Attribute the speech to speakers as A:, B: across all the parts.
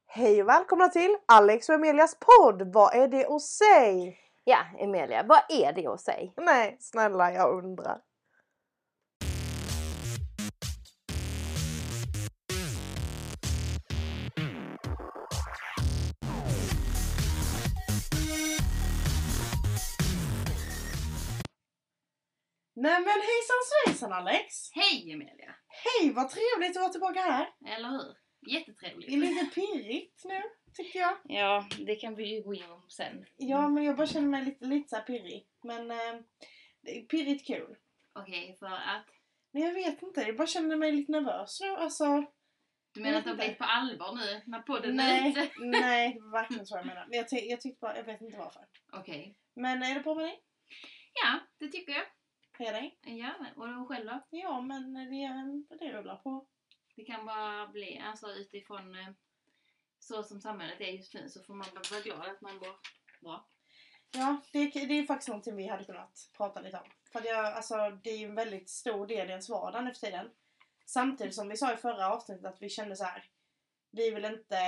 A: Hej och välkomna till Alex och Emelias podd. Vad är det att säga?
B: Ja, Emilia, vad är det att säga?
A: Nej, snälla, jag undrar. Nej men hejsan svejsan Alex!
B: Hej Emilia!
A: Hej, vad trevligt att vara tillbaka här.
B: Eller hur? Jättetrevligt.
A: Det är lite pirrigt nu, tycker jag.
B: Ja, det kan vi ju gå igenom sen.
A: Ja, men jag bara känner mig lite så här pirrig. Men det är pirrigt kul.
B: Okej, för att...
A: Men jag vet inte, jag bara känner mig lite nervös nu. Alltså,
B: Du menar att det har blivit på allvar nu när podden är
A: nej,
B: ute?
A: nej, det var verkligen så jag menar. Men jag tyckte bara, jag vet inte varför.
B: Okej.
A: Men är det bra med dig?
B: Ja, det tycker jag.
A: Hej dig?
B: Ja, och du själv då?
A: Ja, men det rullar på.
B: Det kan bara bli, alltså utifrån så som samhället är just nu så får man bara vara glad att man mår bra.
A: Ja, det är faktiskt någonting vi hade kunnat prata lite om. För att det är ju en väldigt stor del i ens vardag nu för tiden. Samtidigt som vi sa i förra avsnittet att vi kände så här: vi vill inte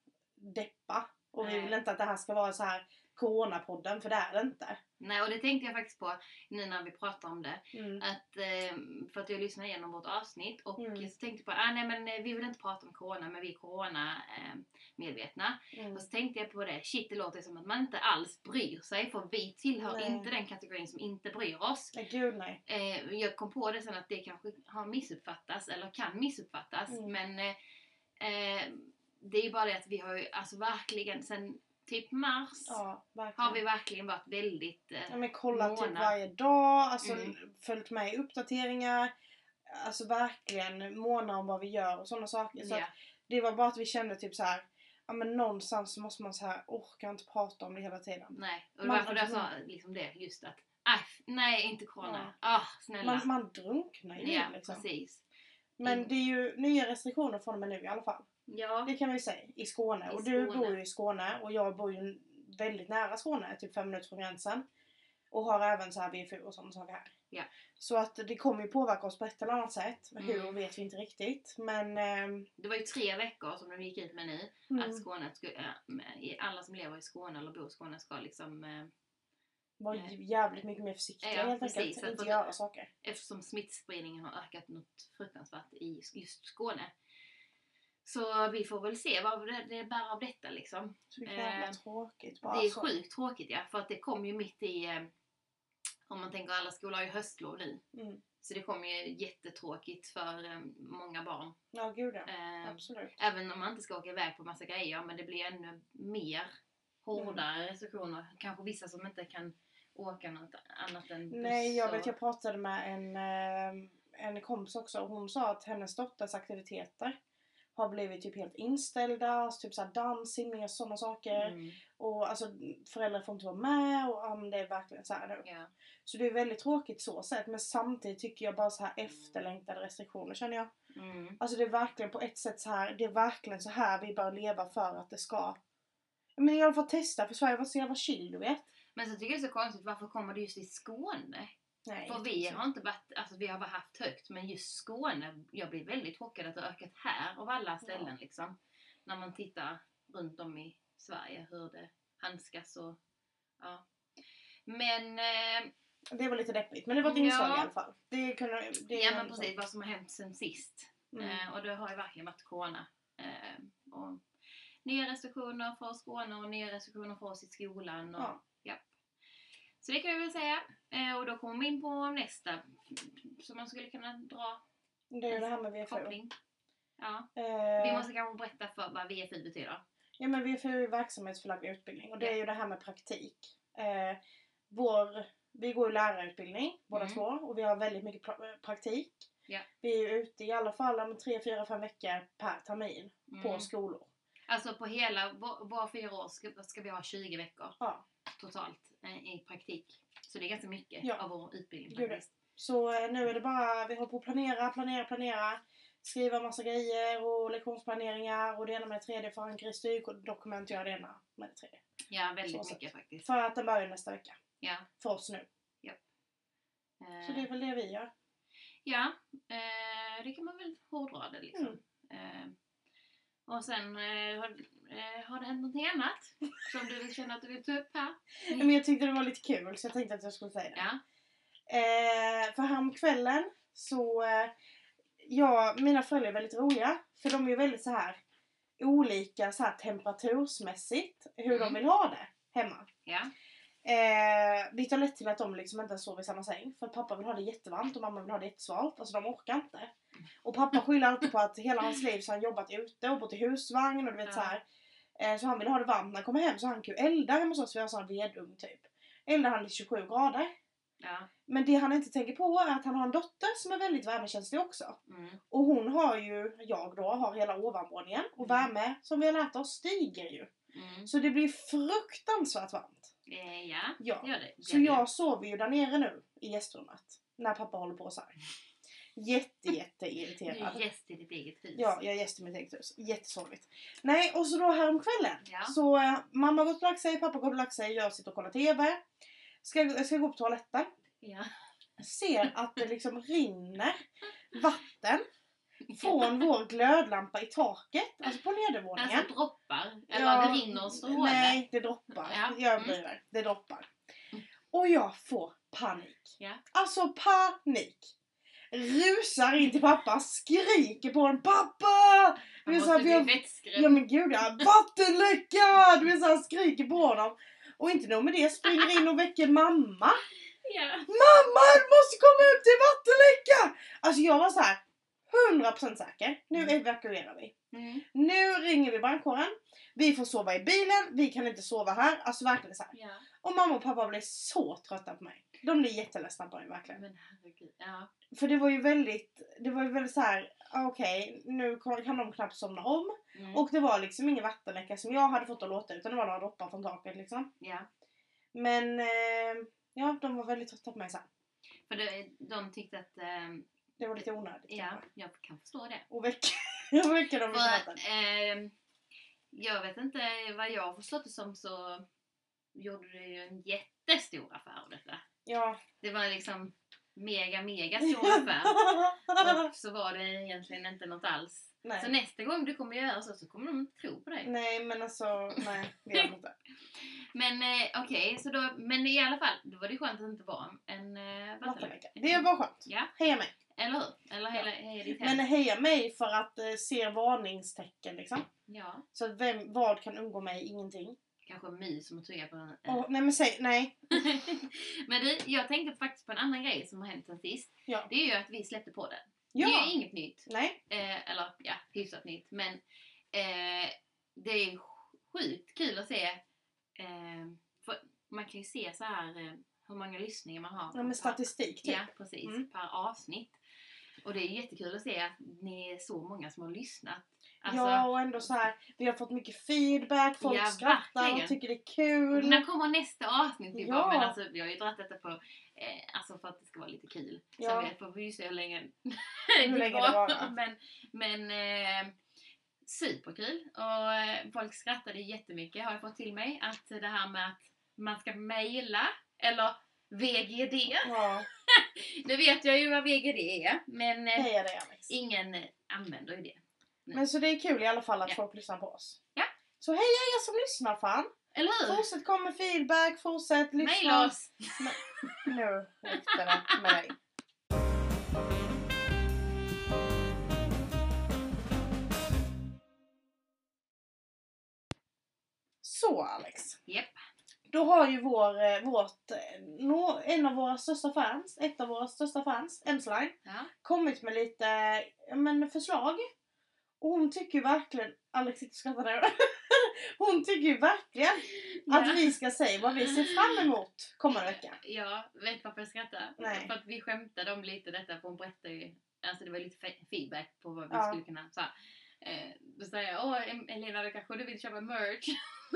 A: deppa. Och vi vill inte att det här ska vara så här coronapodden, för det är det inte.
B: Nej, och det tänkte jag faktiskt på nu när vi pratar om det.
A: Mm.
B: Att, för att jag lyssnade igenom vårt avsnitt och så tänkte jag på, nej men vi vill inte prata om corona, men vi är corona medvetna. Och så tänkte jag på det, shit, det låter som att man inte alls bryr sig, för vi tillhör inte den kategorin som inte bryr oss.
A: Nej, gud nej.
B: Jag kom på det sen att det kanske har missuppfattats eller kan missuppfattas, men det är ju bara det att vi har ju alltså verkligen sen typ mars har vi verkligen varit väldigt
A: men kollat typ varje dag, alltså följt med i uppdateringar, alltså verkligen måna om vad vi gör och sådana saker. Så att det var bara att vi kände typ så här: ja men någonstans så måste man så här orka inte prata om det hela tiden.
B: Nej, och varför jag sa liksom det, just att nej, inte corona. Snälla.
A: Man drunknar ju liksom.
B: Precis.
A: Men det är ju nya restriktioner från och med nu i alla fall.
B: Ja.
A: Det kan vi säga, i Skåne. Och du bor ju i Skåne och jag bor ju väldigt nära Skåne, typ 5 minuter från gränsen. Och har även så här VFU och sådana saker här.
B: Ja.
A: Så att det kommer ju påverka oss på ett eller annat sätt. Hur vet vi inte riktigt. Men
B: det var ju 3 veckor som de gick ut med nu. Att Skåne, alla som lever i Skåne eller bor i Skåne ska liksom...
A: var jävligt mycket mer försiktiga helt enkelt. Inte göra saker.
B: Eftersom smittspridningen har ökat något fruktansvärt i just Skåne. Så vi får väl se vad det bär av detta liksom.
A: Så jävla tråkigt bara.
B: Det är sjukt tråkigt, ja. För att det kom ju mitt i... om man tänker, alla skolor har ju höstlov nu. Så det kommer ju jättetråkigt för många barn.
A: Ja, gud ja. Absolut.
B: Även om man inte ska åka iväg på massa grejer. Men det blir ännu mer hårdare restriktioner. Kanske vissa som inte kan åka något annat än buss.
A: Nej, jag pratade med en kompis också. Och hon sa att hennes dotters aktiviteter har blivit typ helt inställda. Alltså typ såhär dans, simning och sådana saker. Och alltså föräldrar får inte vara med. Och det är verkligen så här nu.
B: Ja.
A: Så det är väldigt tråkigt så sätt. Men samtidigt tycker jag bara så här efterlängtade restriktioner, känner jag. Alltså det är verkligen på ett sätt så här. Det är verkligen så här vi bör leva för att det ska. Men i alla fall testa, för Sverige var så jävla chill, du vet.
B: Men så tycker jag det är så konstigt, varför kommer det just i Skåne?
A: Nej,
B: för vi har inte varit, alltså vi har haft högt, men just Skåne, jag blir väldigt chockad att det har ökat här av alla ställen liksom. När man tittar runt om i Sverige hur det handskas och men
A: det var lite deppigt, men det var ett inslag i alla fall.
B: Men precis, vad som har hänt sen sist. Och det har ju verkligen varit corona. Och nya restriktioner för Skåne och nya restriktioner för oss i skolan. Och, Så det kan vi väl säga. Och då kommer vi in på nästa. Så man skulle kunna dra
A: det är det här med VFU.
B: Koppling. Ja. Vi måste kanske berätta för vad VFU betyder.
A: Ja, men VFU är verksamhetsförlagd utbildning. Och det är ju det här med praktik. Vi går ju lärarutbildning båda två. Och vi har väldigt mycket praktik.
B: Ja.
A: Vi är ute i alla fall om 3, 4, 5 veckor per termin på skolor.
B: Alltså på hela, var 4 år ska vi ha 20 veckor totalt i praktik. Så det är ganska mycket av vår utbildning faktiskt.
A: Så nu är det bara, vi håller på att planera. Skriva massa grejer och lektionsplaneringar och det ena med det tredje, förankra i styrdokument, göra det ena med det tredje.
B: Ja, väldigt mycket faktiskt.
A: För att den börjar nästa vecka.
B: Ja.
A: För oss nu.
B: Ja.
A: Så det är väl det vi gör.
B: Ja, det kan man väl hårdra det liksom. Och sen har det hänt någonting annat som du vill känna att du vill ta upp här?
A: Men jag tyckte det var lite kul så jag tänkte att jag skulle säga det.
B: Ja.
A: För häromkvällen så... mina föräldrar är väldigt roliga. För de är ju väldigt så här olika så här temperatursmässigt hur de vill ha det hemma.
B: Ja.
A: Det har lett till att de liksom inte sover i samma säng. För att pappa vill ha det jättevarmt och mamma vill ha det jättesvalt. Alltså de orkar inte. Och pappa skyller alltid på att hela hans liv så har han jobbat ute och bott i husvagn och du vet så här. Så han vill ha det varmt när han kommer hem så han kan ju elda hemma hos oss. Vi har sån vedugn typ. Eldar han i 27 grader.
B: Ja.
A: Men det han inte tänker på är att han har en dotter som är väldigt värmekänslig också. Och hon har ju, har hela ovanvåningen. Och värme som vi har lärt oss stiger ju. Så det blir fruktansvärt varmt.
B: Ja, det gör det.
A: Så jag sover ju där nere nu i gästrummet. När pappa håller på så här. Jätte irriterad.
B: Du är gäst i ditt eget hus.
A: Ja, jag är gäst i mitt eget hus. Jättesorgligt. Nej, och så då häromkvällen.
B: Ja.
A: Så mamma har gått och lagt sig, pappa har gått och lagt sig. Jag sitter och kollar TV. Jag ska gå på toaletten.
B: Ja.
A: Ser att det liksom rinner vatten från vår glödlampa i taket. Alltså på nedervåningen.
B: Alltså droppar? Eller det rinner och strålar?
A: Nej, det droppar.
B: Ja.
A: Jag bryr mig. Det droppar. Och jag får panik.
B: Ja.
A: Alltså panik. Rusar in till pappa, skriker på honom. Pappa!
B: Han måste bli vettskrämd.
A: Ja men gud, vattenläcka! Du vet så han skriker på honom. Och inte nog med det, springer in och väcker mamma.
B: Ja.
A: Mamma, du måste komma ut till vattenläcka! Alltså jag var så här 100% säker. Nu evakuerar vi. Nu ringer vi brandkåren. Vi får sova i bilen. Vi kan inte sova här. Alltså verkligen så här.
B: Ja.
A: Och mamma och pappa blev så trötta på mig. De blev jätteledsna på mig verkligen.
B: Men herregud. Ja.
A: För det var ju väldigt så här. Okej, nu kan de knappt somna om. Och det var liksom ingen vattenläcka som jag hade fått att låta utan det var några droppar från taket liksom.
B: Ja.
A: Men ja, de var väldigt trötta på mig sen.
B: För de tyckte att
A: det var lite onödigt.
B: Ja, jag kan förstå det.
A: Och väcka dem i vatten.
B: Jag vet inte vad jag har förstått det som, så gjorde du ju en jättestor affär av detta.
A: Ja.
B: Det var liksom mega stor affär. Och så var det egentligen inte något alls.
A: Nej.
B: Så nästa gång du kommer göra så kommer de inte tro på dig.
A: Nej, men alltså, nej, det gör de inte.
B: Men okej, så då, men i alla fall, då var det skönt att det inte var en vattenläcka.
A: Det var skönt.
B: Ja.
A: Heja mig.
B: Eller hur? Eller heja ditt hem.
A: Men heja mig för att se varningstecken liksom.
B: Ja.
A: Så att vad kan undgå mig? Ingenting.
B: Kanske my som att trycka på en...
A: nej men säg, nej.
B: Men du, jag tänkte faktiskt på en annan grej som har hänt sen sist.
A: Ja.
B: Det är ju att vi släppte på den.
A: Ja.
B: Det är ju inget nytt.
A: Nej.
B: Eller ja, hyfsat nytt. Men det är sjukt kul att se. För man kan ju se så här hur många lyssningar man har.
A: Ja, med statistik typ.
B: Ja, precis. Per avsnitt. Och det är jättekul att se att ni är så många som har lyssnat. Alltså,
A: ja, och ändå så här, vi har fått mycket feedback, folk skrattar och tycker det är kul.
B: När kommer nästa avsnitt?
A: Ja.
B: Men alltså, vi har ju dragit detta på, alltså för att det ska vara lite kul.
A: Ja.
B: Sen får vi ju se hur länge
A: det var.
B: Men superkul. Och folk skrattade jättemycket, har jag fått till mig. Att det här med att man ska mejla, eller VGD.
A: Ja.
B: Nu vet jag ju vad VGD är, men
A: det,
B: ingen använder ju det.
A: Men så det är kul i alla fall att folk lyssnar på oss.
B: Ja.
A: Så heja er som lyssnar fan.
B: Eller hur?
A: Fortsätt komma med feedback, fortsätt lyssna.
B: Maila oss.
A: Nu räckte det med dig. Så Alex.
B: Japp.
A: Då har ju ett av våra största fans, Emsline, kommit med lite förslag. Och hon tycker ju verkligen, Alex sitter och skrattar där. Hon tycker ju verkligen att vi ska säga vad vi ser fram emot kommande vecka.
B: Ja, vet varför jag skrattar?
A: Nej.
B: För att vi skämtade om lite detta, för hon berättade ju, alltså det var lite feedback på vad vi skulle kunna, så då säger jag, Elena, du kanske vill köpa merch.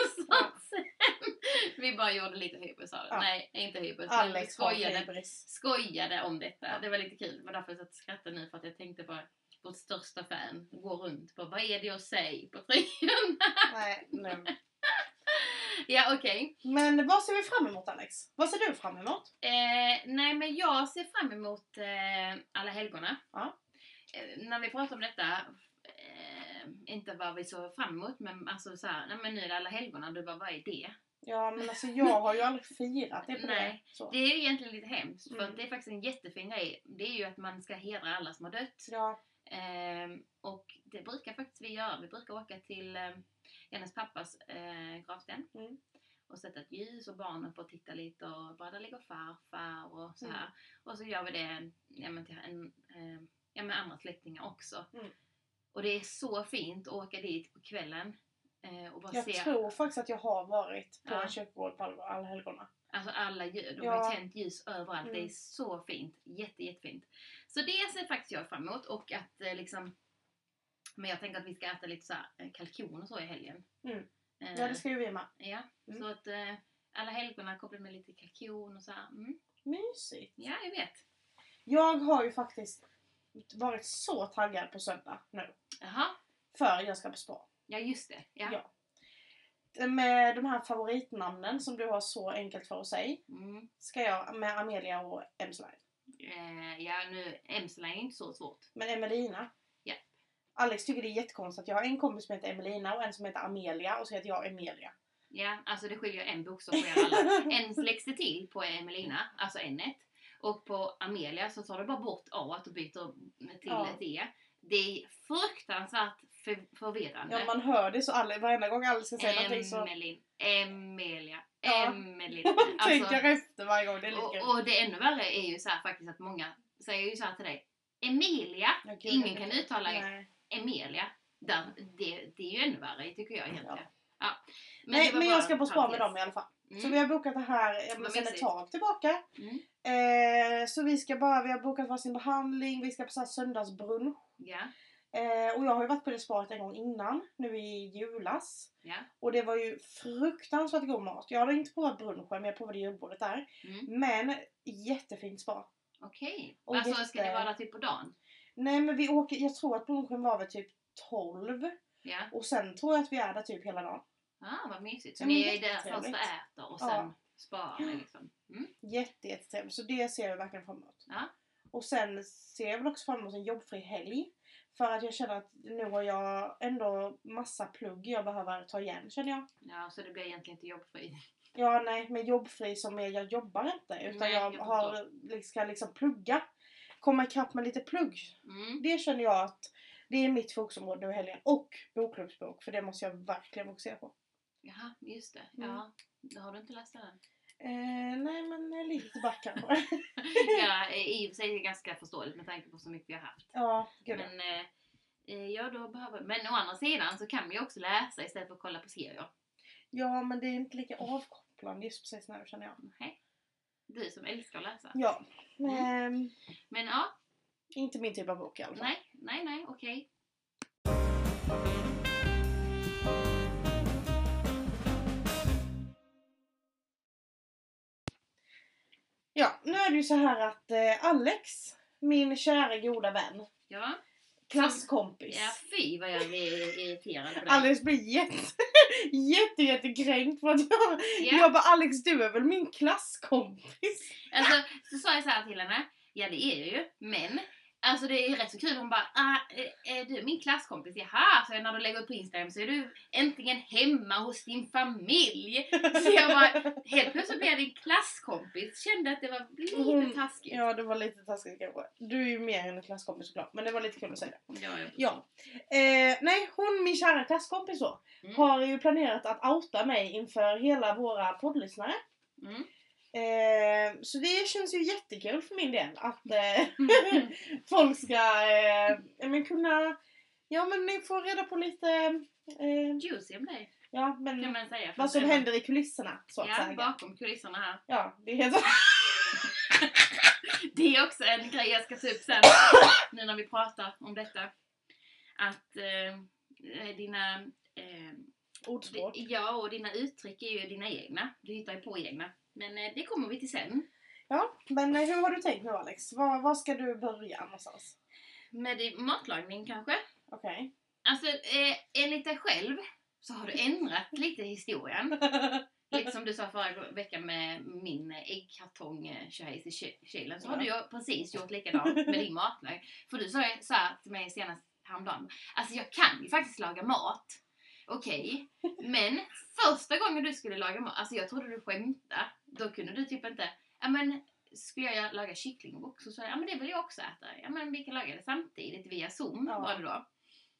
B: Vi bara gjorde lite hybris av det. Nej, inte hybris.
A: Alex
B: skojade om detta. Det var lite kul. Det var därför jag skrattade nu, för att jag tänkte på vårt största fan går runt på, vad är det att säga på tröjan?
A: Nej, nu.
B: Ja, okej.
A: Men vad ser vi fram emot, Alex? Vad ser du fram emot?
B: Nej, men jag ser fram emot alla helgorna.
A: Ja.
B: När vi pratar om detta, inte vad vi såg fram emot, men alltså så här, nej men nu är det alla helgona, du bara, vad är det?
A: Ja, men alltså jag har ju aldrig firat det på
B: Nej,
A: det. Så.
B: Det är ju egentligen lite hemskt, för att det är faktiskt en jättefin grej. Det är ju att man ska hedra alla som har dött.
A: Ja.
B: Och det brukar faktiskt vi göra. Vi brukar åka till hennes pappas gravsten. Och sätta ett ljus och barnen får titta lite och bara där ligger farfar och så här. Och så gör vi det till med andra släktingar också. Och det är så fint att åka dit på kvällen. Och bara
A: jag tror faktiskt att jag har varit på en kyrkogård på alla helgona.
B: Alltså alla ljus, de har tänt ljus överallt. Det är så fint, jättefint. Så det ser faktiskt jag fram emot. Och att men jag tänker att vi ska äta lite så här kalkon och så i helgen.
A: Ja, det ska ju vi med.
B: Ja, så att alla helgona kopplar med lite kalkon och så här.
A: Mysigt.
B: Ja, jag vet.
A: Jag har ju faktiskt varit så taggad på söndag nu.
B: Jaha.
A: För jag ska på spa.
B: Ja, just det. Ja.
A: Med de här favoritnamnen som du har så enkelt för att säga. Ska jag med Amelia och Emsline.
B: Ja, nu Emsline är inte så svårt.
A: Men Emelina.
B: Ja.
A: Alex tycker det är jättekonstigt att jag har en kompis som heter Emelina och en som heter Amelia och så heter jag Emilia.
B: Ja, alltså det skiljer en bokstav på er alla. En läggs det till på Emelina, alltså N1. Och på Amelia så tar du bara bort A och byter till ett E. Det är fruktansvärt förvirrande.
A: Ja, man hör det så varenda gång Alex ska säga någonting så...
B: Emelia.
A: Alltså, tänker efter varje gång, det är lite kul.
B: Och det ännu värre är ju så här faktiskt att många säger ju så här till dig. Emilia. Ingen kan uttala Emilia. Det är ju ännu värre, tycker jag egentligen. Ja.
A: Men jag ska på spa med dem i alla fall. Så vi har bokat det här sen ett tag tillbaka. Så vi har bokat varsin behandling. Vi ska på så här söndagsbrunch.
B: Ja.
A: Och jag har ju varit på det sparet en gång innan. Nu i julas.
B: Ja.
A: Och det var ju fruktansvärt god mat. Jag hade inte provat brunchen, men jag provade julbordet där. Men jättefint spa.
B: Okej. Alltså ska ni vara där typ på dagen?
A: Nej, men jag tror att brunchen var väl typ 12.
B: Ja.
A: Och sen tror jag att vi är där typ hela dagen.
B: Vad mysigt. Så ni är där först och äter och sen sparar ni liksom.
A: Jättetrevligt. Så det ser jag verkligen fram emot.
B: Ja.
A: Och sen ser jag väl också fram emot en jobbfri helg. För att jag känner att nu har jag ändå massa plugg jag behöver ta igen, känner jag.
B: Ja, så det blir egentligen inte jobbfri.
A: Ja, nej, men jobbfri som är, jag jobbar inte. Utan jag ska liksom plugga. Komma ikapp med lite plugg. Det känner jag att det är mitt fokusområde nu i helgen. Och bokklubbsbok, för det måste jag verkligen fokusera på.
B: Jaha, just det. Ja, då har du inte läst den?
A: Nej, men lite backar.
B: Ja, i och för sig är det ganska förståeligt med tanke på så mycket vi har haft.
A: Ja, gud.
B: Men då behöver... Men å andra sidan så kan vi också läsa istället för att kolla på serier.
A: Ja, men det är inte lika avkopplande just precis nu, känner jag.
B: Nej. Du som älskar att läsa.
A: Ja.
B: Men ja.
A: Inte min typ av bok i alla fall.
B: Nej, okej.
A: Ja, nu är det ju så här att Alex, min kära goda vän.
B: Ja.
A: Klasskompis.
B: Ja, fy vad jag blir irriterad på det.
A: Alex blir jättekränkt för att jag bara, Alex, du är väl min klasskompis?
B: Alltså, så sa jag så här till henne. Ja, det är ju, men alltså det är rätt så kul. Hon bara, är du min klasskompis? Jaha, så när du lägger upp på Instagram så är du äntligen hemma hos din familj. Så jag bara, helt plötsligt blev jag din klasskompis. Kände att det var lite taskigt.
A: Ja, det var lite taskigt kanske. Du är ju mer än en klasskompis såklart, men det var lite kul att säga det.
B: Ja.
A: Nej, hon, min kära klasskompis så, har ju planerat att outa mig inför hela våra poddlyssnare. Så det känns ju jättekul för min del att folk ska kunna, ni får reda på lite
B: juicy om dig.
A: Ja, men
B: kan man säga,
A: vad som händer i kulisserna så att säga.
B: Ja, bakom kulisserna här.
A: Ja, det är helt
B: det är också en grej jag ska ta upp sen nu när vi pratar om detta, att dina
A: ordspråk.
B: Ja, och dina uttryck är ju dina egna. Du hittar ju på egna. Men det kommer vi till sen.
A: Ja, men hur har du tänkt nu, Alex? Var ska du börja någonstans?
B: Med matlagning kanske.
A: Okej.
B: Alltså, enligt dig själv så har du ändrat lite historien. Liksom du sa förra veckan med min äggkartong tjejs i kylen. Så har du ju precis gjort likadant med din matlagning. För du sa så här till mig senast häromdagen. Alltså jag kan ju faktiskt laga mat. Okej. Men första gången du skulle laga mat, alltså jag trodde du skämtade. Då kunde du typ inte, ja men skulle jag laga kyckling också, så sa jag, ja men det vill jag också äta. Ja men vi kan laga det samtidigt via Zoom, var det då.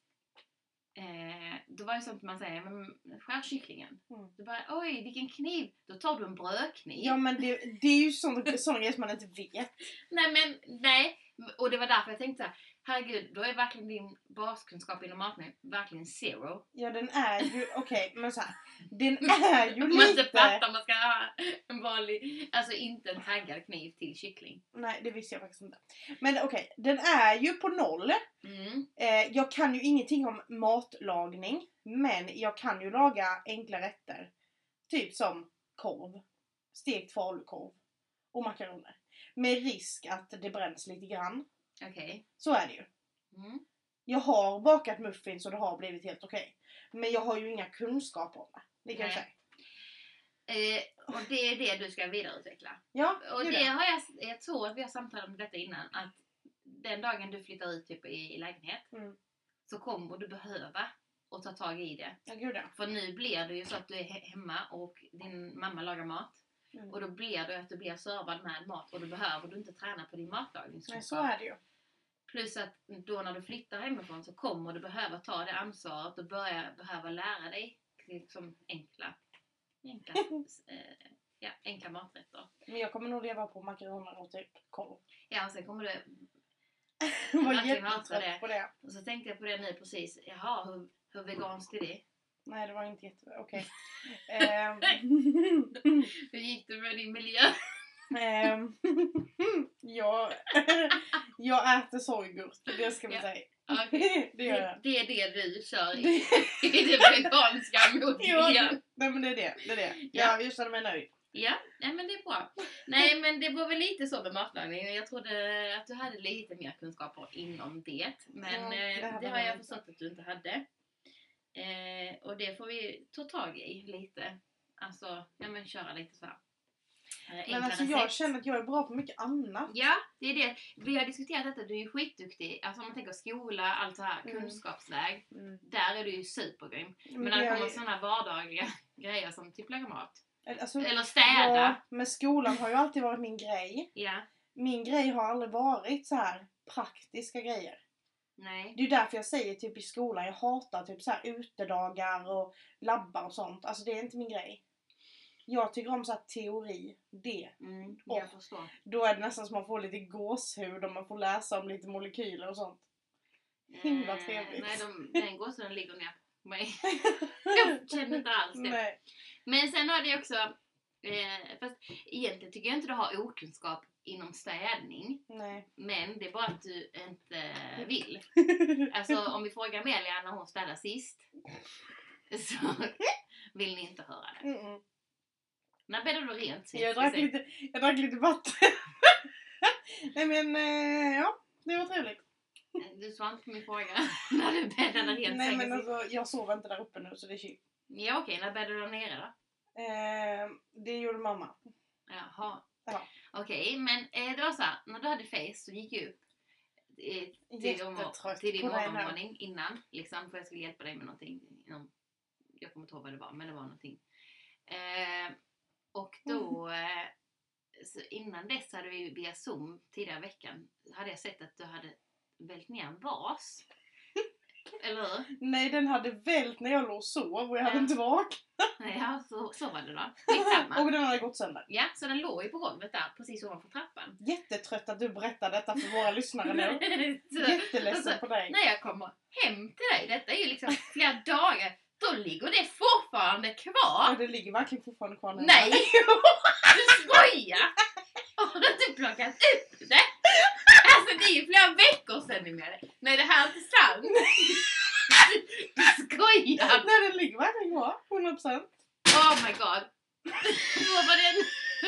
B: Då var det sånt man säger, men skär kycklingen. Du bara, oj vilken kniv. Då tar du en brödkniv.
A: Ja men det är ju sådana grejer som man inte vet.
B: Nej. Och det var därför jag tänkte så här, herregud, då är verkligen din baskunskap inom maten verkligen zero.
A: Ja den är ju, okej, men så här, den är ju lite...
B: Man måste fatta, man ska ha en vanlig, alltså inte en taggad kniv till kyckling.
A: Nej, det visste jag faktiskt inte. Men okej, den är ju på 0. Jag kan ju ingenting om matlagning, men jag kan ju laga enkla rätter. Typ som korv, stekt falukorv och makaroner. Med risk att det bränns lite grann.
B: Okej.
A: Så är det ju. Jag har bakat muffins och det har blivit helt okej. Men jag har ju inga kunskaper om det. Det kan jag säga.
B: Och det är det du ska vidareutveckla.
A: Ja,
B: och det har jag tror att vi har samtalat om detta innan. Att den dagen du flyttar ut typ i lägenhet. Så kommer du behöva och ta tag i det.
A: Ja, gud ja.
B: För nu blir det ju så att du är hemma och din mamma lagar mat. Och då blir det att du blir servad med mat. Och då behöver du inte träna på din matlagning.
A: Nej, så är det ju.
B: Plus att då när du flyttar hemifrån så kommer du behöva ta det ansvaret och behöva lära dig liksom enkla maträtter.
A: Men jag kommer nog leva på makaroner och typ korv.
B: Ja, och sen kommer du
A: var jättetrött på det.
B: Och så tänkte jag på det nu precis. Jaha, hur veganskt är det?
A: Nej, det var inte okej.
B: Hur gick det med din miljö?
A: Jag äter sorggurt, det ska vi säga.
B: Okay.
A: Det gör jag.
B: Det är det du kör i det veganska mot miljön.
A: Nej men det är det. Ja, jag känner mig nöjd.
B: Ja, nej men det är bra. Nej men det var väl lite så med matlagning. Jag trodde att du hade lite mer kunskaper inom det. Men det har jag förstått att du inte hade. Och det får vi ta tag i lite. Alltså, ja men köra lite så här.
A: Men alltså jag känner att jag är bra på mycket annat.
B: Ja, det är det. Vi har diskuterat detta, du är ju skitduktig. Alltså om man tänker skola, allt så här, kunskapsväg. Där är du ju supergrym. Men när det kommer sådana vardagliga grejer som typ laga mat.
A: Alltså,
B: eller städa.
A: Ja, men skolan har ju alltid varit min grej.
B: Ja.
A: Min grej har aldrig varit så här praktiska grejer.
B: Nej.
A: Det är därför jag säger typ i skolan, jag hatar typ så här utedagar och labbar och sånt. Alltså det är inte min grej. Jag tycker om så här teori, det.
B: Jag förstår.
A: Då är det nästan som man får lite gåshud och man får läsa om lite molekyler och sånt. Himla trevligt.
B: Nej, den gåshuden ligger ner på mig. Jag känner inte alls det.
A: Nej.
B: Men sen har det också, fast egentligen tycker jag inte du har okunskap inom städning.
A: Nej.
B: Men det är bara att du inte vill. Alltså om vi frågar Amelia när hon städade sist, så vill ni inte höra det. När bäddade du rent sist?
A: Jag drack lite vatten. Nej men, ja, det var trevligt.
B: Du svarade inte på min fråga. När du bäddade rent.
A: Nej men alltså, jag sover inte där uppe nu så det är chill.
B: Ja okej, när bäddade du ner då?
A: Det gjorde mamma.
B: Jaha.
A: Ja.
B: Okej, men det var så här, när du hade face så gick jag upp till din morgonmålning innan, liksom, för jag skulle hjälpa dig med någonting. Jag kommer inte ihåg vad det var, men det var någonting. Och då, så innan dess hade vi via Zoom tidigare i veckan, hade jag sett att du hade vält ner en vas. Eller hur?
A: Nej, den hade vält när jag låg och sov och jag hade inte vaknat.
B: Ja, så var det då. Skitsamma.
A: Och den hade gått sönder.
B: Ja, så den låg ju på golvet där, precis ovanför trappan.
A: Jättetrött att du berättar detta för våra lyssnare nu. Jätteledsen på dig.
B: När jag kommer hem till dig, detta är ju liksom flera dagar, då ligger det fortfarande kvar.
A: Ja, det ligger verkligen fortfarande kvar nu.
B: Nej! Du skojar! Har du inte plockat upp det? Alltså det är ju flera veckor sedan med det. Nej, det här är inte sant. Du skojar!
A: Nej, den ligger verkligen kvar. 100%.
B: Oh my god. Vad var den?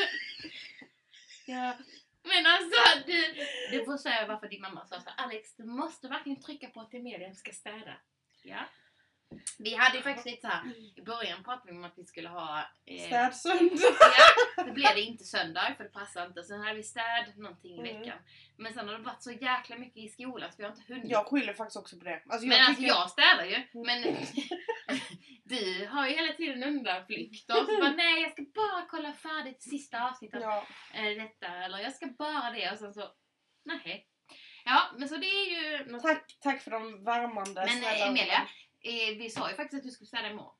A: Ja.
B: Men alltså, du får säga varför din mamma sa så här, Alex, du måste verkligen trycka på att Emilia ska städa. Ja. Vi hade ju faktiskt lite så här, i början pratade vi om att vi skulle ha
A: städsöndag.
B: Ja, det blev det inte söndag för det passade inte. Sen hade vi städ någonting i veckan. Men sen har det varit så jäkla mycket i skolan så vi har inte hunnit.
A: Jag skyller faktiskt också på det. Alltså,
B: jag städar ju. Men du har ju hela tiden undanflykt. Och så bara, nej jag ska bara kolla färdigt sista avsnittet.
A: Ja.
B: Detta, eller jag ska bara det. Och sen så, nej. Ja, men så det är ju... Något...
A: Tack för de värmande.
B: Men Emilia, vi sa ju faktiskt att du skulle städa imorgon.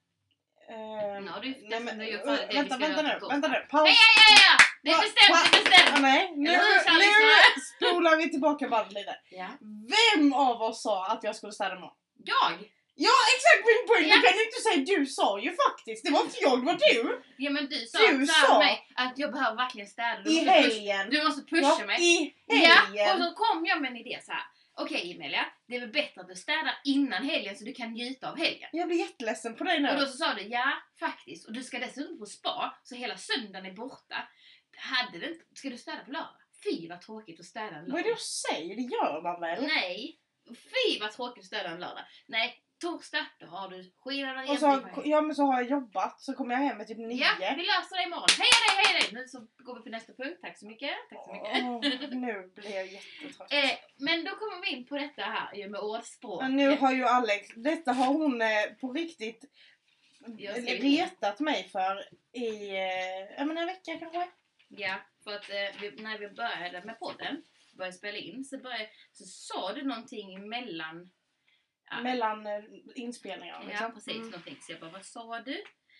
A: Vänta nu. Paus.
B: Ja! Det är bestämt.
A: Nej, nu spolar vi tillbaka bandet lite.
B: Ja.
A: Vem av oss sa att jag skulle städa imorgon?
B: Jag?
A: Ja, exakt min poäng. Du kan inte säga du sa ju faktiskt. Det var inte jag, det var du.
B: Ja, men du sa till mig att jag behöver verkligen städa.
A: I helgen.
B: Du måste pusha mig.
A: I helgen.
B: Ja, och så kom jag med en idé så här. Okej, Emilia, det är väl bättre att du städar innan helgen så du kan njuta av helgen.
A: Jag blir jätteledsen på dig nu.
B: Och då så sa du, ja, faktiskt. Och du ska dessutom på spa, så hela söndagen är borta. Ska du städa på lördag? Fy vad tråkigt att städa en lördag.
A: Vad är det du säger? Det gör man väl?
B: Nej, fy vad tråkigt att städa en lördag. Nej, torsdag, då har du skidan
A: och så, men så har jag jobbat, så kommer jag hem med typ 9.
B: Ja, vi löser det imorgon. Hej dig! Nu så går vi på nästa punkt. Tack så mycket.
A: Nu blir jag jättetrött.
B: Men då kommer vi in på detta här ju med ordspråk.
A: Men nu har ju Alex, detta har hon på riktigt retat mig för i en vecka kanske.
B: Ja, för att när vi började med podden, började spela in, så sa du någonting mellan
A: inspelningar liksom.
B: Ja, precis, någonting. Så jag bara, vad sa du?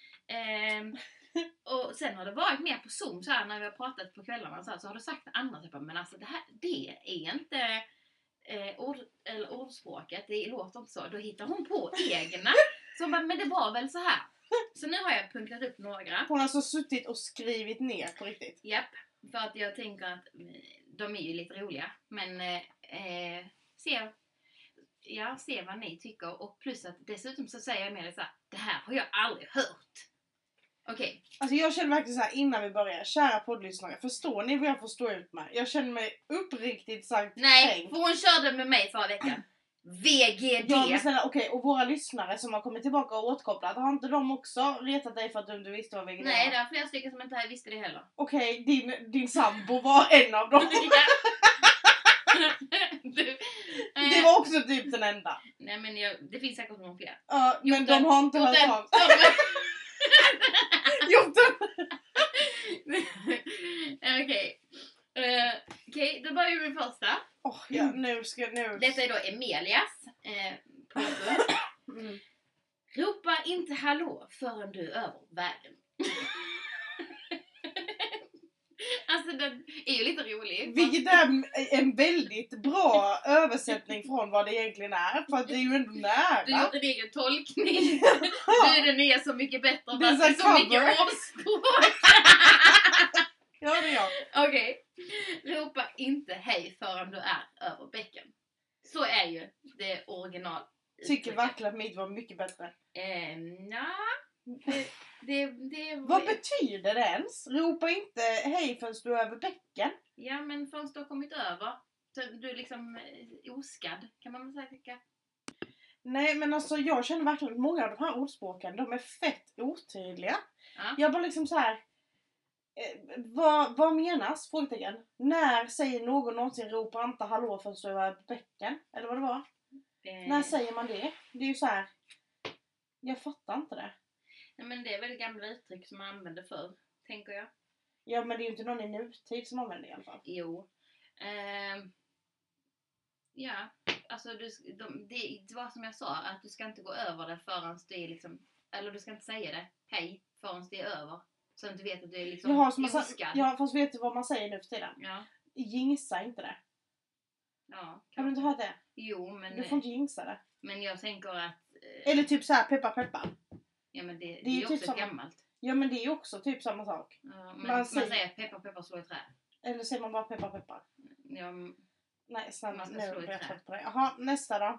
B: Och sen har det varit mer på Zoom så här, när vi har pratat på kvällarna så har du sagt andra typer, men alltså det är inte ordspråket, det låter inte så. Då hittar hon på egna. Så bara, men det var väl så här. Så nu har jag punktat upp några.
A: Hon har alltså suttit och skrivit ner på riktigt.
B: Japp, för att jag tänker att de är ju lite roliga. Men se vad ni tycker. Och plus att dessutom så säger jag med det så här, det här har jag aldrig hört. Okej.
A: Alltså jag känner verkligen så här innan vi börjar, kära poddlyssnare, förstår ni vad jag får stå ut med? Jag känner mig uppriktigt sagt
B: Nej, för hon körde med mig förra veckan. VGD.
A: Ja, men snälla, okej, och våra lyssnare som har kommit tillbaka och återkopplat, har inte de också retat dig för att du visste vad VGD var?
B: Nej, det var flera stycken som inte visste det heller.
A: Okej, din sambo var en av dem. Det var också typ den enda.
B: Nej, men det finns säkert någon fler.
A: Ja, men de har inte hört av.
B: Okej, då börjar vi med första.
A: Detta
B: är då Emilias Ropa inte hallå förrän du är över vägen. Alltså den är ju lite rolig.
A: Vilket är en väldigt bra översättning från vad det egentligen är. För att det är ju ändå nära.
B: Du har gjort en egen tolkning. Den är så mycket bättre.
A: Det är
B: så mycket ordspråk.
A: Ja, det är jag.
B: Okej. Ropa inte hej förrän du är över bäcken. Så är ju det original.
A: Tycker verkligen att mitt var mycket bättre. Vad betyder det ens? Ropa inte hej förrän du är över bäcken.
B: Ja, men förrän du har kommit över. Du är liksom oskadd, kan man väl säga.
A: Nej, men alltså jag känner verkligen att många av de här ordspråken, de är fett otydliga.
B: Ja.
A: Jag bara liksom så här. Vad menas? Frågetecken. När säger någon någonsin ropa inte hallå förrän du är över bäcken? Eller vad det var? När säger man det? Det är ju så här. Jag fattar inte det.
B: Nej, men det är väl gamla uttryck som man använder förr, tänker jag.
A: Ja, men det är ju inte någon i nutid som använder det i alla fall.
B: Jo. Ja, alltså det var som jag sa, att du ska inte gå över det förrän det är liksom, eller du ska inte säga det, hej, förrän det är över. Så att du vet att du är liksom oskadd.
A: Ja, fast vet du vad man säger nu för tiden?
B: Ja.
A: Jinxa inte det.
B: Ja.
A: Har du inte hört det?
B: Jo, men...
A: Du får inte jinxa det.
B: Men jag tänker att...
A: Eller typ så här peppa.
B: Ja, men det är ju också typ gammalt.
A: Ja, men det är ju också typ samma sak.
B: Ja, men man säger peppa slå i trä.
A: Eller säger man bara peppa?
B: Ja,
A: nej, snälla, nu är jag trött på det. Jaha, nästa då.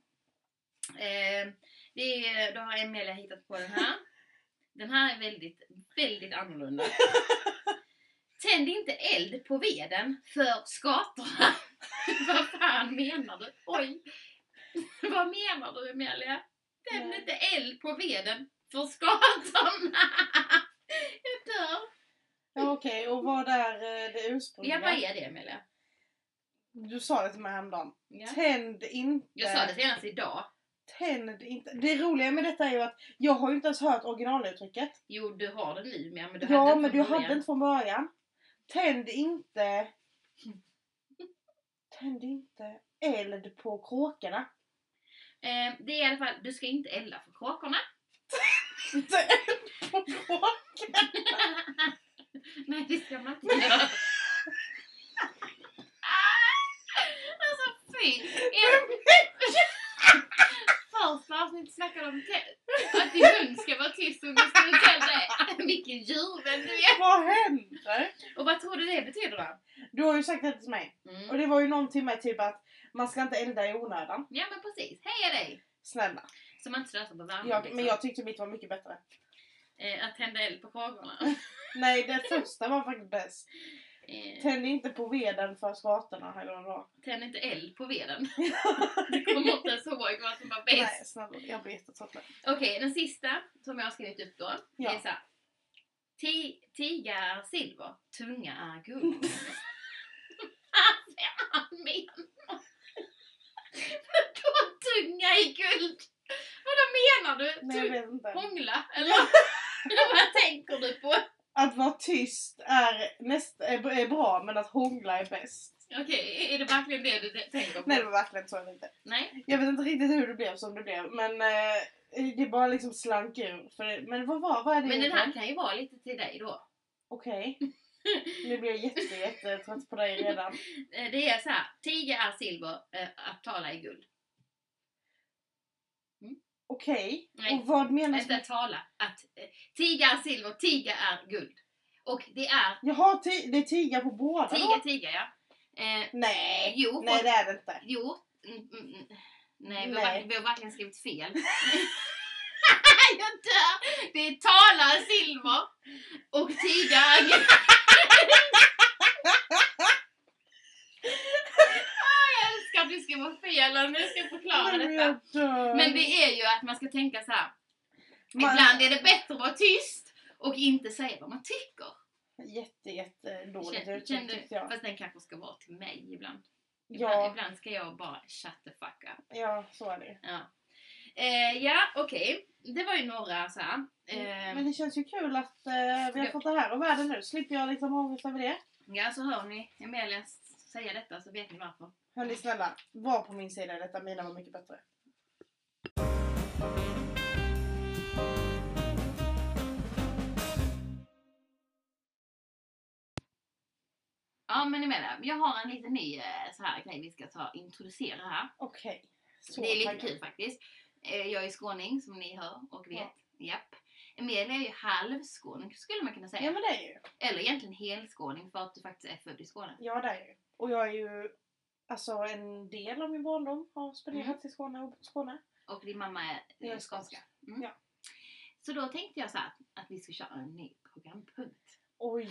B: Då har Emilia hittat på den här. Den här är väldigt, väldigt annorlunda. Tänd inte eld på veden för skatorna. Vad fan menar du? Oj. Vad menar du, Emilia? Tänd inte eld på veden för skatorna. Jag dör.
A: Ja, okej. Och vad är det ursprungliga?
B: Ja, vad är det, Emilia?
A: Du sa det till mig häromdagen.
B: Ja.
A: Tänd inte...
B: Jag sa det senast idag.
A: Tänd inte... Det roliga med detta är ju att jag har ju inte ens hört originaluttrycket.
B: Jo, du har det nu, men du
A: Ja,
B: hade
A: men
B: inte
A: du
B: från början.
A: hade inte från början. Tänd inte... Tänd inte eld på kråkorna.
B: Det är i alla fall, du ska inte elda för kråkorna.
A: Inte eld på kråkorna.
B: Nej, det ska man inte göra. Alltså fy! Första avsnitt snackade om att din hund ska vara tyst och du ska tända det. Vilken djurvän du är!
A: Vad händer?
B: Och vad tror du det betyder då?
A: Du har ju sagt det till mig.
B: Mm.
A: Och det var ju någonting med typ att man ska inte elda i onödan.
B: Ja, men precis. Heja dig!
A: Snälla.
B: Så man inte slösar på värmen.
A: Men jag tyckte mitt var mycket bättre.
B: Att tända eld på kråkorna.
A: Nej, det första var faktiskt bäst.
B: Eh,
A: Tänd inte på veden för skatorna eller vad det var.
B: Tänd inte eld på veden. Du kommer inte ens ihåg vad som var
A: Nej,
B: bäst.
A: snälla. Jag blir jättetrött.
B: Okej, den sista som jag har skrivit upp då.
A: Ja.
B: Det är så här. Tiga är silver, tunga är guld. Vad menar? Vadå tunga i guld? Vad menar du?
A: Nej, jag vet inte.
B: Hångla? Eller vad tänker du på?
A: Att vara tyst är bra, men att hångla är bäst.
B: Okej, är det verkligen det du tänker på?
A: Nej, det var verkligen så inte.
B: Nej.
A: Jag vet inte riktigt hur det blev som det blev, men det bara liksom slank ur. Men vad är det?
B: Men den här kan ju vara lite till dig då.
A: Okej. Nu blir jag jättetrött på dig redan.
B: Det är så här. Tiga är silver, att tala är guld.
A: Okej.
B: Nej.
A: Och vad menas
B: Inte
A: med...
B: tala. Att tiga är silver, tiga är guld. Och det är...
A: Jaha, det är tiga på båda då?
B: Tiga, ja.
A: Nej.
B: Jo,
A: Nej, det är det inte.
B: Jo. Nej, vi har verkligen skrivit fel. Jag dör! Det är tala silver och tiga är guld. Jag älskar att du ska vara fel och nu ska jag förklara detta. Men det är ju att man ska tänka så här. Ibland är det bättre att vara tyst och inte säga vad man tycker.
A: Jättedåligt uttryck tyckte jag.
B: Fast den kanske ska vara till mig ibland.
A: Ja.
B: Ibland ska jag bara shut the fuck up.
A: Ja, så är det.
B: Ja, okej. Det var ju några så här.
A: Men det känns ju kul att vi har fått det här och världen nu. Slipper jag liksom ångest över det.
B: Ja, så hör ni Emilia säga detta så vet ni varför.
A: Hörni snälla, var på min sida i detta. Mina var mycket bättre.
B: Ja, men Emilia, jag har en liten ny så här grej vi ska introducera här.
A: Okej.
B: Det är lite kul faktiskt. Jag är skåning som ni hör och vet. Ja. Japp. Emilia är ju halvskåning skulle man kunna säga.
A: Ja, men det är ju.
B: Eller egentligen helskåning för att du faktiskt är född i Skåne.
A: Ja, det är ju. Och jag är ju, alltså en del av min barndom har spenderats i Skåne och bott i Skåne.
B: Och din mamma är skånska. Mm.
A: Ja.
B: Så då tänkte jag så här att vi ska köra en ny programpunkt.
A: Oj.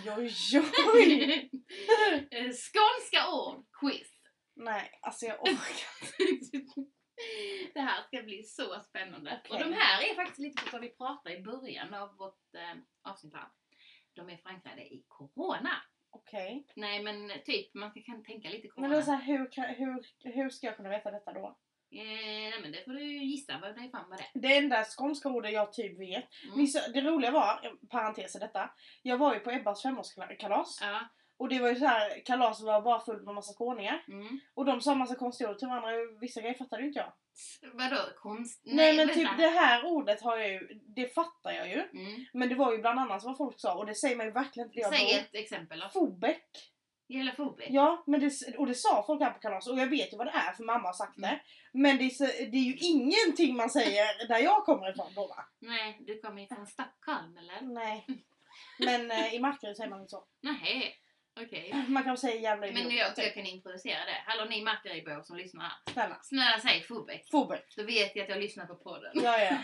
B: Skånska ord, quiz.
A: Nej, alltså jag orkar.
B: Det här ska bli så spännande.
A: Okay.
B: Och de här är faktiskt lite på vad vi pratade i början av vårt avsnitt här. De är förankrade i corona.
A: Okej.
B: Nej, men typ man kan tänka lite corona.
A: Men då så här, hur ska jag kunna veta detta då?
B: Nej, men det får du ju gissa vad det är fan vad det är.
A: Det enda skånska ordet jag typ vet. Det roliga var, parentes i detta. Jag var ju på Ebbas 5-årskalas.
B: Ja.
A: Och det var ju så här, kalas var bara fullt med massa skåningar.
B: Mm.
A: Och de sa massa konstiga ord till varandra. Vissa grejer fattade ju inte jag.
B: Vadå? Konst?
A: Nej men
B: vänta.
A: typ det här ordet har jag ju, det fattar jag ju.
B: Mm.
A: Men det var ju bland annat vad folk sa. Och det säger mig verkligen inte det jag
B: Säg
A: bor.
B: ett exempel då.
A: Fobek.
B: Gäller fobik?
A: Ja, men det sa folk här på kalas. Och jag vet ju vad det är för mamma har sagt det. Men det är ju ingenting man säger där jag kommer ifrån då va?
B: Nej, du kommer ju från Stockholm eller?
A: Nej. Men i Markaryd säger man inte så.
B: Nej, okej.
A: Man kan säga jävla
B: Men
A: idiot.
B: jag kan introducera det. Hallå ni Markarydbor som lyssnar här.
A: Snälla.
B: Snälla säg fobik.
A: Fobek.
B: Då vet jag att jag lyssnar på podden.
A: Ja.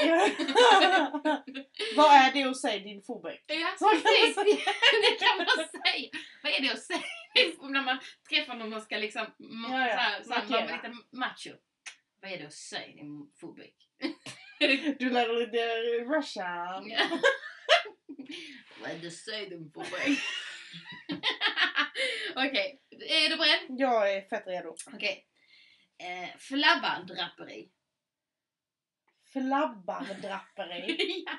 A: Vad är det att säga din fobek?
B: Ja,
A: Så kan
B: precis.
A: man säga.
B: Det kan man säga. Vad är det att säga när man träffar någon och ska liksom
A: Ja.
B: så här, vara lite macho? Vad är det att säga din fobik?
A: Du lärde lite Russian.
B: Vad är det sägen på mig? Okej, är du beredd?
A: Jag är fett redo.
B: Okej. Flabbardraperi.
A: Flabbardraperi.
B: Ja.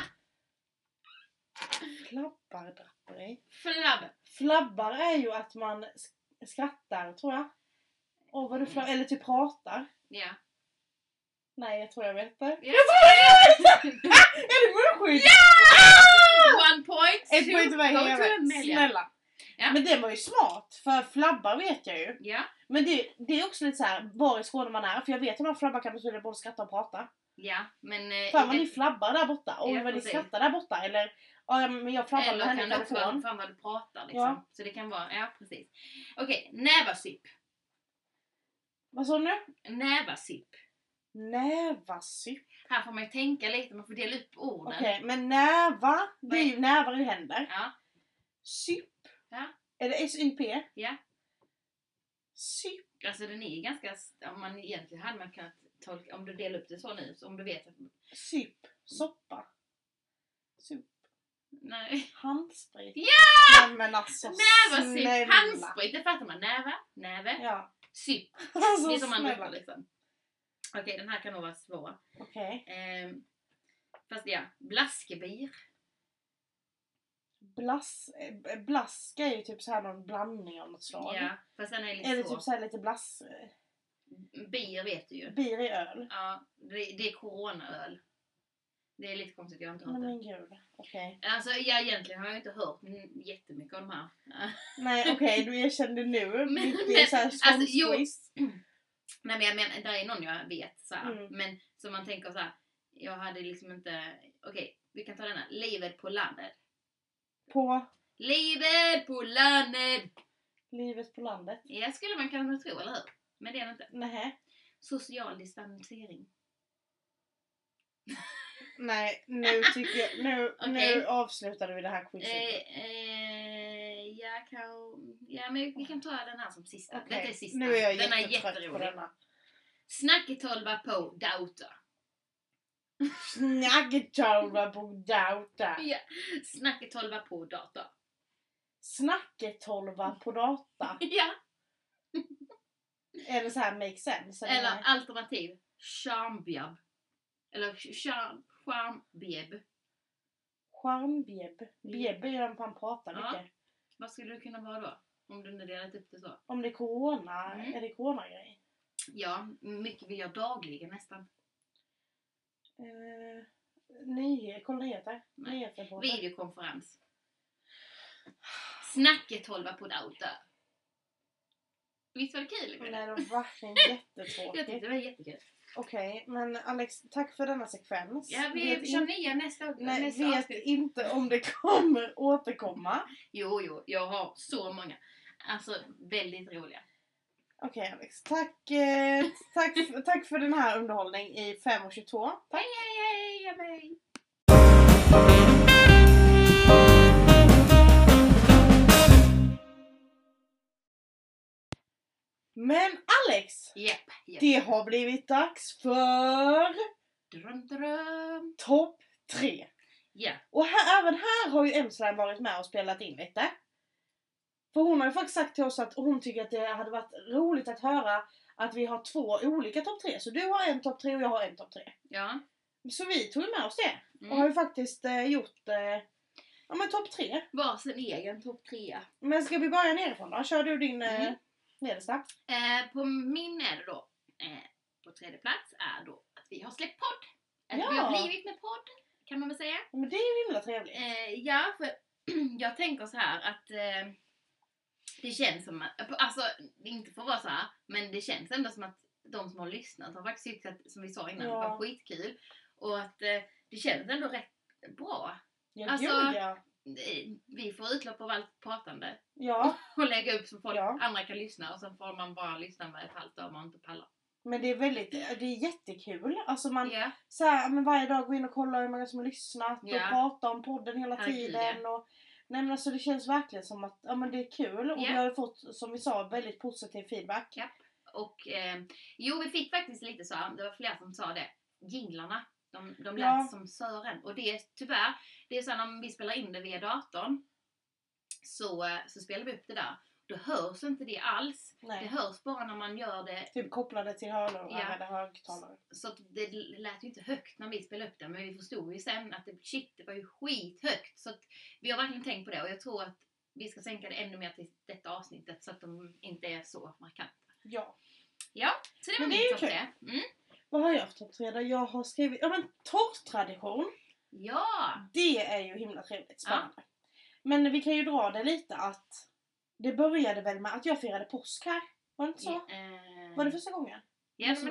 A: Flabbardraperi.
B: Flabbar
A: är ju att man skrattar, tror jag. Och vad du eller typ pratar.
B: Ja.
A: Nej, jag tror jag vet det.
B: Ja.
A: Är det munskydd?
B: Ja! 1 point.
A: Ett point till mig.
B: Go
A: Snälla. Ja. Men det var ju smart, för flabbar vet jag ju.
B: Ja.
A: Men det är också lite så här var i Skåne man är. För jag vet att man flabbar kan betyda både skratta och prata.
B: Ja, men...
A: Fan vad ni flabbar där borta. Och
B: ja,
A: vad ni skrattar där borta. Eller, ja men jag flabbar
B: eller
A: med henne i
B: kan det också vara fan vad du pratar liksom.
A: Ja.
B: Så det kan vara, ja precis. Okej, nävasipp.
A: Vad sa du nu?
B: Nävasipp.
A: Nävasipp.
B: Här får man ju tänka lite, man får dela upp orden.
A: Okej, men näva, det är ju nävar i händer.
B: Ja.
A: Sypp.
B: Ja.
A: Är det S-Y-P?
B: Ja.
A: Sypp.
B: Alltså den är ganska, om man egentligen hade man kunnat tolka, om du delar upp det så nu, så om du vet att...
A: Sypp. Soppa. Supp.
B: Nej.
A: Handsprit.
B: Ja!
A: Nej, men alltså
B: Nävasipp. Handsprit, det fattar man. Näve.
A: Ja.
B: Sypp.
A: Alltså,
B: det är som man
A: snälla.
B: dricker liksom. Okej, den här kan nog vara svår.
A: Okej.
B: Fast ja, blaskebir.
A: Blask är ju typ så här någon blandning av något slag.
B: Ja, fast den är lite
A: Är det
B: svår.
A: typ så här lite blass...
B: Bir vet du ju.
A: Bir i öl?
B: Ja, det är coronaöl. Det är lite konstigt, jag har inte hört
A: Men
B: det.
A: gud, okej.
B: Alltså, egentligen har jag inte hört jättemycket om de här.
A: Nej, okej, du erkände nu.
B: Men-
A: Mycket såhär
B: alltså, jo.
A: skånsquiz.
B: Nej, men jag menar, där är någon jag vet så här.
A: Mm.
B: Men så man tänker så här, jag hade liksom inte... Okej, vi kan ta den här. Livet på landet.
A: På
B: Livet på landet!
A: livet på landet.
B: Ja, skulle man kunna tro, eller hur? Men det är det inte.
A: Nej.
B: Social distansering.
A: Nej, nu tycker jag... Nu
B: Okej.
A: avslutade vi det här quizet.
B: Ja, men vi kan ta den här som sista.
A: Okej,
B: Detta är sista.
A: nu är jag
B: den är
A: jättetrött på
B: jätterolig.
A: denna.
B: Snacketolva på dauta.
A: Snacketolva på data.
B: Ja, snacketolva på data.
A: Snacketolva på data.
B: Ja,
A: Är det så här make sense?
B: eller alternativ. Charmbjab. Eller charmbjeb.
A: Charmbjebb. Bjebb är ju när man pratar
B: Ja.
A: mycket.
B: Vad skulle det kunna vara då? Om du inte delat upp det så.
A: Om det är corona,
B: Mm.
A: är det corona-grej?
B: Ja, mycket vi gör dagligen nästan.
A: Kolla nyheter.
B: Nej.
A: Nyhetsreporter.
B: Videokonferens. Snacketolva på dauta. Visst var det kul?
A: Nej, det var verkligen
B: Jag
A: jättetråkigt.
B: tyckte det var jättekul.
A: Okej, men Alex, tack för denna sekvens.
B: Ja, vi
A: Vet
B: kör
A: in-
B: nya nästa
A: vet
B: avsnitt.
A: inte om det kommer återkomma.
B: Jo, jag har så många. Alltså, väldigt roliga.
A: Okej, Alex, tack för den här underhållning i 5:22. Tack.
B: Hej.
A: Men Alex,
B: Japp.
A: det har blivit dags för
B: Dröm.
A: topp 3.
B: Ja.
A: Och även här har ju Emsland varit med och spelat in lite. För hon har ju faktiskt sagt till oss att hon tycker att det hade varit roligt att höra att vi har 2 olika topp 3. Så du har en topp 3 och jag har en topp 3.
B: Ja.
A: Så vi tog ju med oss det. Och har
B: Mm.
A: ju faktiskt gjort topp 3.
B: Varsin egen topp 3.
A: Men ska vi börja nerifrån då? Kör du din nedersta?
B: På min är det då, på tredje plats är då att vi har släppt podd. Att
A: Ja.
B: vi har blivit med podd, kan man väl säga.
A: Men det är ju himla trevligt.
B: Ja, för jag tänker så här att det känns som att, alltså inte för att vara så här, men det känns ändå som att de som har lyssnat har faktiskt tyckt att, som vi sa innan, det var skitkul. Och att det känns ändå rätt bra.
A: Ja,
B: alltså-
A: gud ja.
B: Vi får utlopp av allt pratande
A: Ja,
B: och lägga upp så folk
A: Ja.
B: andra kan lyssna, och sen får man bara lyssna varje halvt år om man inte pallar.
A: men det är jättekul. Alltså man
B: Ja,
A: så här, men varje dag går in och kollar hur många som har lyssnat och
B: Ja.
A: pratar om podden hela
B: Herregud,
A: tiden. Och, nej men alltså det känns verkligen som att men det är kul. Och
B: Ja.
A: vi har ju fått, som vi sa, väldigt positiv feedback.
B: Ja. Och jo, vi fick faktiskt lite så här, det var flera som sa det, jinglarna. De lät som Sören. Och det är tyvärr, det är så när vi spelar in det via datorn så spelar vi upp det där. Då hörs inte det alls. Nej. Det hörs bara när man gör det.
A: Typ kopplade till hörlurar eller högtalare.
B: Så att det lät ju inte högt när vi spelade upp det. Men vi förstod ju sen att det var ju skithögt. Så att vi har verkligen tänkt på det. Och jag tror att vi ska sänka det ännu mer till detta avsnittet. Så att de inte är så markanta.
A: Ja.
B: Ja, så det var min topp 3.
A: Vad har jag för topp 3 där? Jag har skrivit, torrtradition.
B: Ja.
A: Det är ju himla trevligt, spännande. Ja. Men vi kan ju dra det lite att det började väl med att jag firade påsk här. Var det inte så? Var det första gången?
B: Ja, det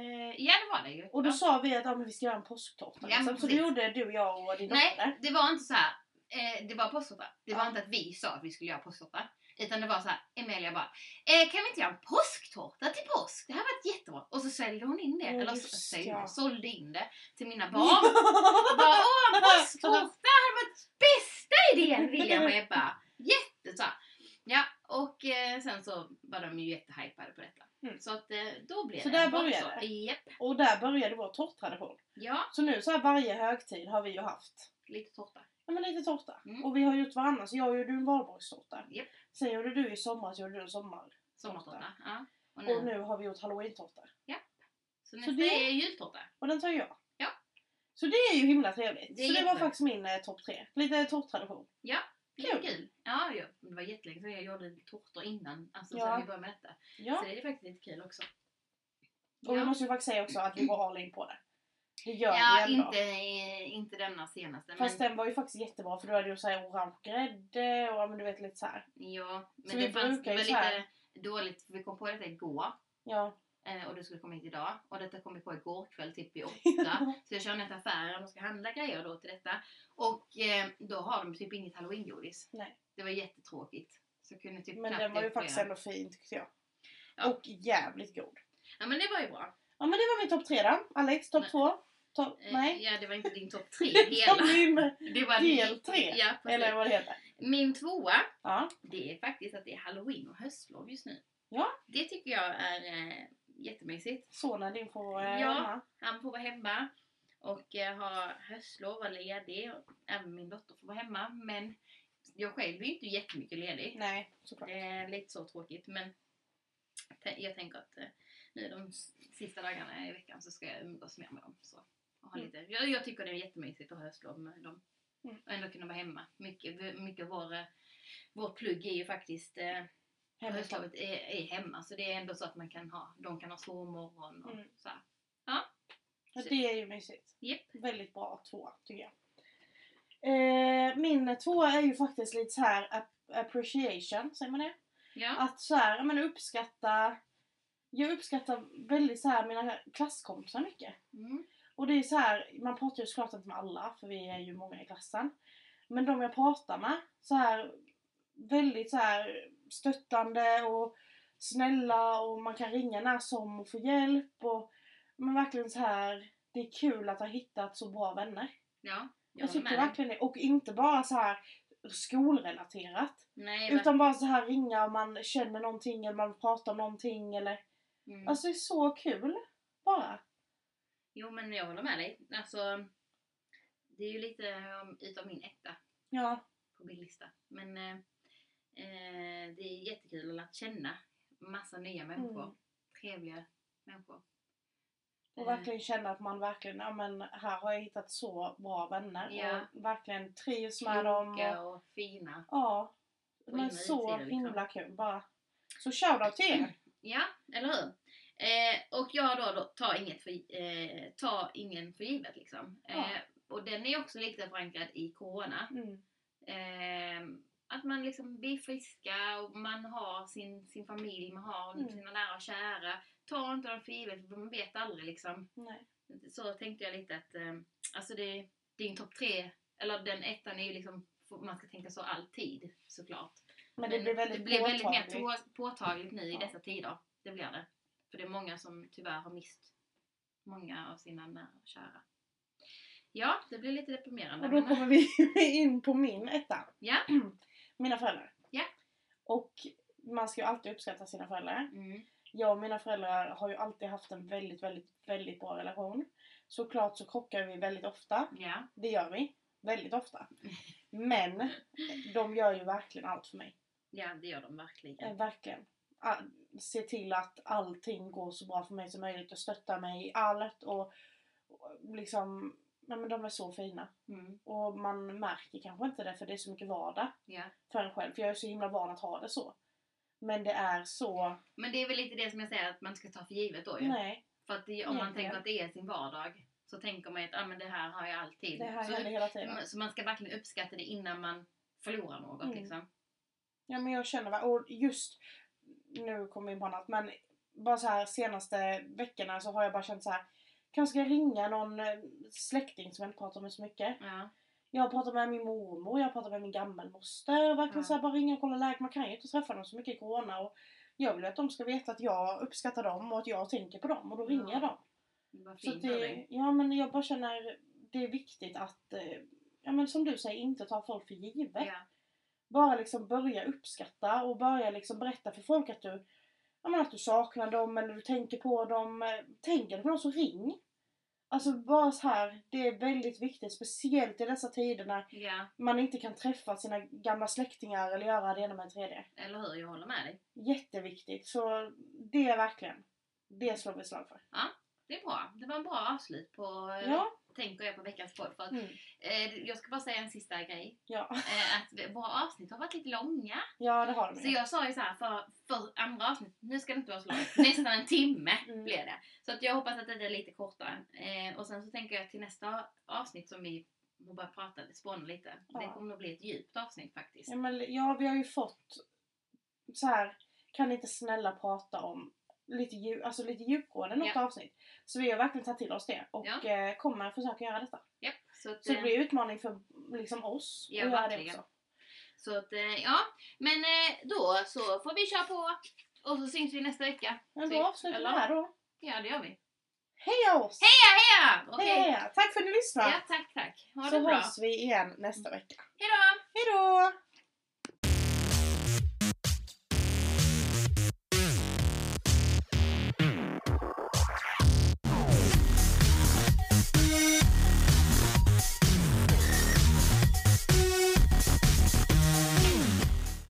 B: var det ju.
A: Och då sa vi att vi ska göra en påsktårta.
B: Ja,
A: så det gjorde du, jag och din dotter.
B: Nej, det var inte så här. Det var påsktårta. Det var inte att vi sa att vi skulle göra påsktårta. Utan det var så här, Emilia bara, kan vi inte göra en påsktårta till påsk? Det här var jättebra. Och så sålde hon in det. Sålde in det till mina barn. Bara, en påsktårta hade varit bästa idén, William och Ebba. Jätteså. Ja, och sen så var de ju jättehypade på detta. Så att då blev
A: så
B: det.
A: Så där började det.
B: Yep.
A: Och där började vår tårttradition.
B: Ja.
A: Så nu så här varje högtid har vi ju haft
B: lite tårta.
A: Ja, men lite tårta. Och vi har gjort varannan. Så jag gjorde en valborgstårta.
B: Yep.
A: Sen gjorde du i sommar, så gjorde du en
B: sommartårta. Ja.
A: Och nu har vi gjort halloween-tårta.
B: Ja. Så nästa är jultårta.
A: Och den tar jag.
B: Ja.
A: Så det är ju himla trevligt.
B: Det
A: så det var faktiskt min topp 3. Lite tårttradition.
B: Ja. Kul. Ja, det var jättelänge sedan jag gjorde tårtor innan. Alltså sen vi började med detta. Ja. Så det är faktiskt lite kul också.
A: Och vi måste ju faktiskt säga också att vi går all in på det. Det gör vi
B: ändå. Inte denna senaste.
A: Fast den var ju faktiskt jättebra. För då hade du så här orange grädde och du vet lite så här.
B: Ja, men det var lite dåligt. För vi kom på detta igår.
A: Ja.
B: Och det skulle komma hit idag. Och detta kom vi på igår kväll typ vid 8. Så jag kör ner till affären och ska handla grejer då till detta. Och då har de typ inget halloween-godis.
A: Nej.
B: Det var jättetråkigt. Så jag kunde typ
A: men den var ju faktiskt ändå fin tyckte jag. Ja. Och jävligt god.
B: Ja, men det var ju bra.
A: Ja, men det var min topp 3 då. Alex, topp 2. Nej.
B: Ja, det var inte din topp 3 hela.
A: Det var del 3.
B: Ja,
A: eller vad det heter.
B: Min 2. Det är faktiskt att det är halloween och höstlov just nu.
A: Ja.
B: Det tycker jag är jättemysigt.
A: Sonen din får vara hemma.
B: Han får vara hemma. Och ha höstlov, vara ledig. Även min dotter får vara hemma. Men jag själv är ju inte jättemycket ledig.
A: Nej, såklart.
B: Det är lite så tråkigt. Men jag tänker att nu de sista dagarna i veckan så ska jag umgås mer med dem. Så, och ha lite. Jag tycker det är jättemysigt att ha höstlov med dem. Och ändå kunna vara hemma. Mycket av vårt plugg är ju faktiskt höstlovet är hemma. Så det är ändå så att de kan ha sovmorgon och så här. Ja.
A: Så det är ju mysigt.
B: Yep.
A: Väldigt bra 2 tycker jag. Min 2 är ju faktiskt lite så här appreciation, säger man det?
B: Ja.
A: Att så här, men jag uppskattar väldigt så här mina klasskompisar mycket. Och det är så här, man pratar ju såklart inte med alla, för vi är ju många i klassen. Men de jag pratar med, så här väldigt så här stöttande och snälla, och man kan ringa när som och få hjälp, och men verkligen så här, det är kul att ha hittat så bra vänner.
B: Ja,
A: jag tycker verkligen det. Och inte bara så här skolrelaterat.
B: Nej,
A: utan bara så här ringa om man känner någonting eller man pratar om någonting eller alltså det är så kul bara.
B: Jo, men jag håller med dig. Alltså det är ju lite utav min etta.
A: Ja.
B: På min lista. Men det är jättekul att lära känna massa nya människor. Trevliga människor.
A: Och verkligen känna att man verkligen, ja men här har jag hittat så bra vänner.
B: Ja.
A: Och verkligen trivs med dem.
B: Och fina.
A: Ja. Men så himla kul bara. Så shoutout till er.
B: Ja, eller hur? Och jag då tar ingen för givet liksom. Och den är också lite förankrad i corona. Att man liksom blir friska och man har sin familj, man har sina nära och kära. Ta inte dem för givet, för man vet aldrig liksom.
A: Nej.
B: Så tänkte jag lite att alltså det är en topp 3, eller den ettan är ju liksom, man ska tänka så alltid såklart. Men det blir väldigt mer påtagligt nu i dessa tider. Det blir det. För det är många som tyvärr har mist många av sina nära och kära. Ja, det blir lite deprimerande.
A: Och då kommer vi in på min etta.
B: Ja.
A: Mina föräldrar.
B: Ja.
A: Och man ska ju alltid uppskatta sina föräldrar. Jag och mina föräldrar har ju alltid haft en väldigt, väldigt, väldigt bra relation. Såklart så krockar vi väldigt ofta.
B: Ja.
A: Det gör vi. Väldigt ofta. Men de gör ju verkligen allt för mig.
B: Ja, det gör de verkligen.
A: Verkligen. Se till att allting går så bra för mig som möjligt och stötta mig i allt och liksom, men de är så fina. Och man märker kanske inte det för det är så mycket vardag för en själv. För jag är så himla van att ha det så. Men det är så...
B: Men det är väl lite det som jag säger att man ska ta för givet då ju.
A: Nej.
B: För att om man tänker att det är sin vardag så tänker man att men det här har jag alltid.
A: Det här händer hela tiden.
B: Så man ska verkligen uppskatta det innan man förlorar något liksom.
A: Ja, men jag känner, och just nu kommer vi in på annat, men bara så här senaste veckorna så har jag bara känt så här, kanske ska jag ringa någon släkting som jag inte pratar med så mycket.
B: Ja.
A: Jag har pratat med min mormor, jag har pratat med min gammelmoster och verkligen så här, bara ringa och kolla läget. Man kan ju inte träffa dem så mycket i corona och jag vill att de ska veta att jag uppskattar dem och att jag tänker på dem och då ringer jag dem. Så det, ja, men jag bara känner det är viktigt att ja, men som du säger, inte ta folk för givet.
B: Ja.
A: Bara liksom börja uppskatta och börja liksom berätta för folk att du, ja, men att du saknar dem eller du tänker på dem. Tänker du på dem så ring. Alltså bara så här, det är väldigt viktigt, speciellt i dessa tider när man inte kan träffa sina gamla släktingar eller göra det ena med 3D.
B: Eller hur, jag håller med dig.
A: Jätteviktigt, så det är verkligen, det slår vi slag för.
B: Ja, det är bra. Det var en bra avslut på, tänker jag på veckans podd. För att, jag ska bara säga en sista grej.
A: Ja.
B: Att våra avsnitt har varit lite långa.
A: Ja, det har de.
B: Så jag sa ju så här för andra avsnitt, nu ska det inte vara så långt. Nästan en timme blir det. Så att jag hoppas att det är lite kortare. Och sen så tänker jag till nästa avsnitt som vi bara prata, spåna lite. Det kommer nog bli ett djupt avsnitt faktiskt.
A: Ja, men, vi har ju fått så här, kan ni inte snälla prata om lite djupgående något avsnitt. Så vi har verkligen tagit till oss det. Och kommer försöka göra detta.
B: Yep,
A: så det blir utmaning för liksom oss.
B: Ja, och göra det också. Så att, men då så får vi köra på. Och så syns vi nästa vecka.
A: Men då avslutar vi här då.
B: Ja, det gör vi.
A: Heja oss!
B: Heja! Okay.
A: Heja! Tack för att ni lyssnade.
B: Ja, tack. Ha
A: det bra. Så hörs vi igen nästa vecka.
B: Hejdå!
A: Hejdå!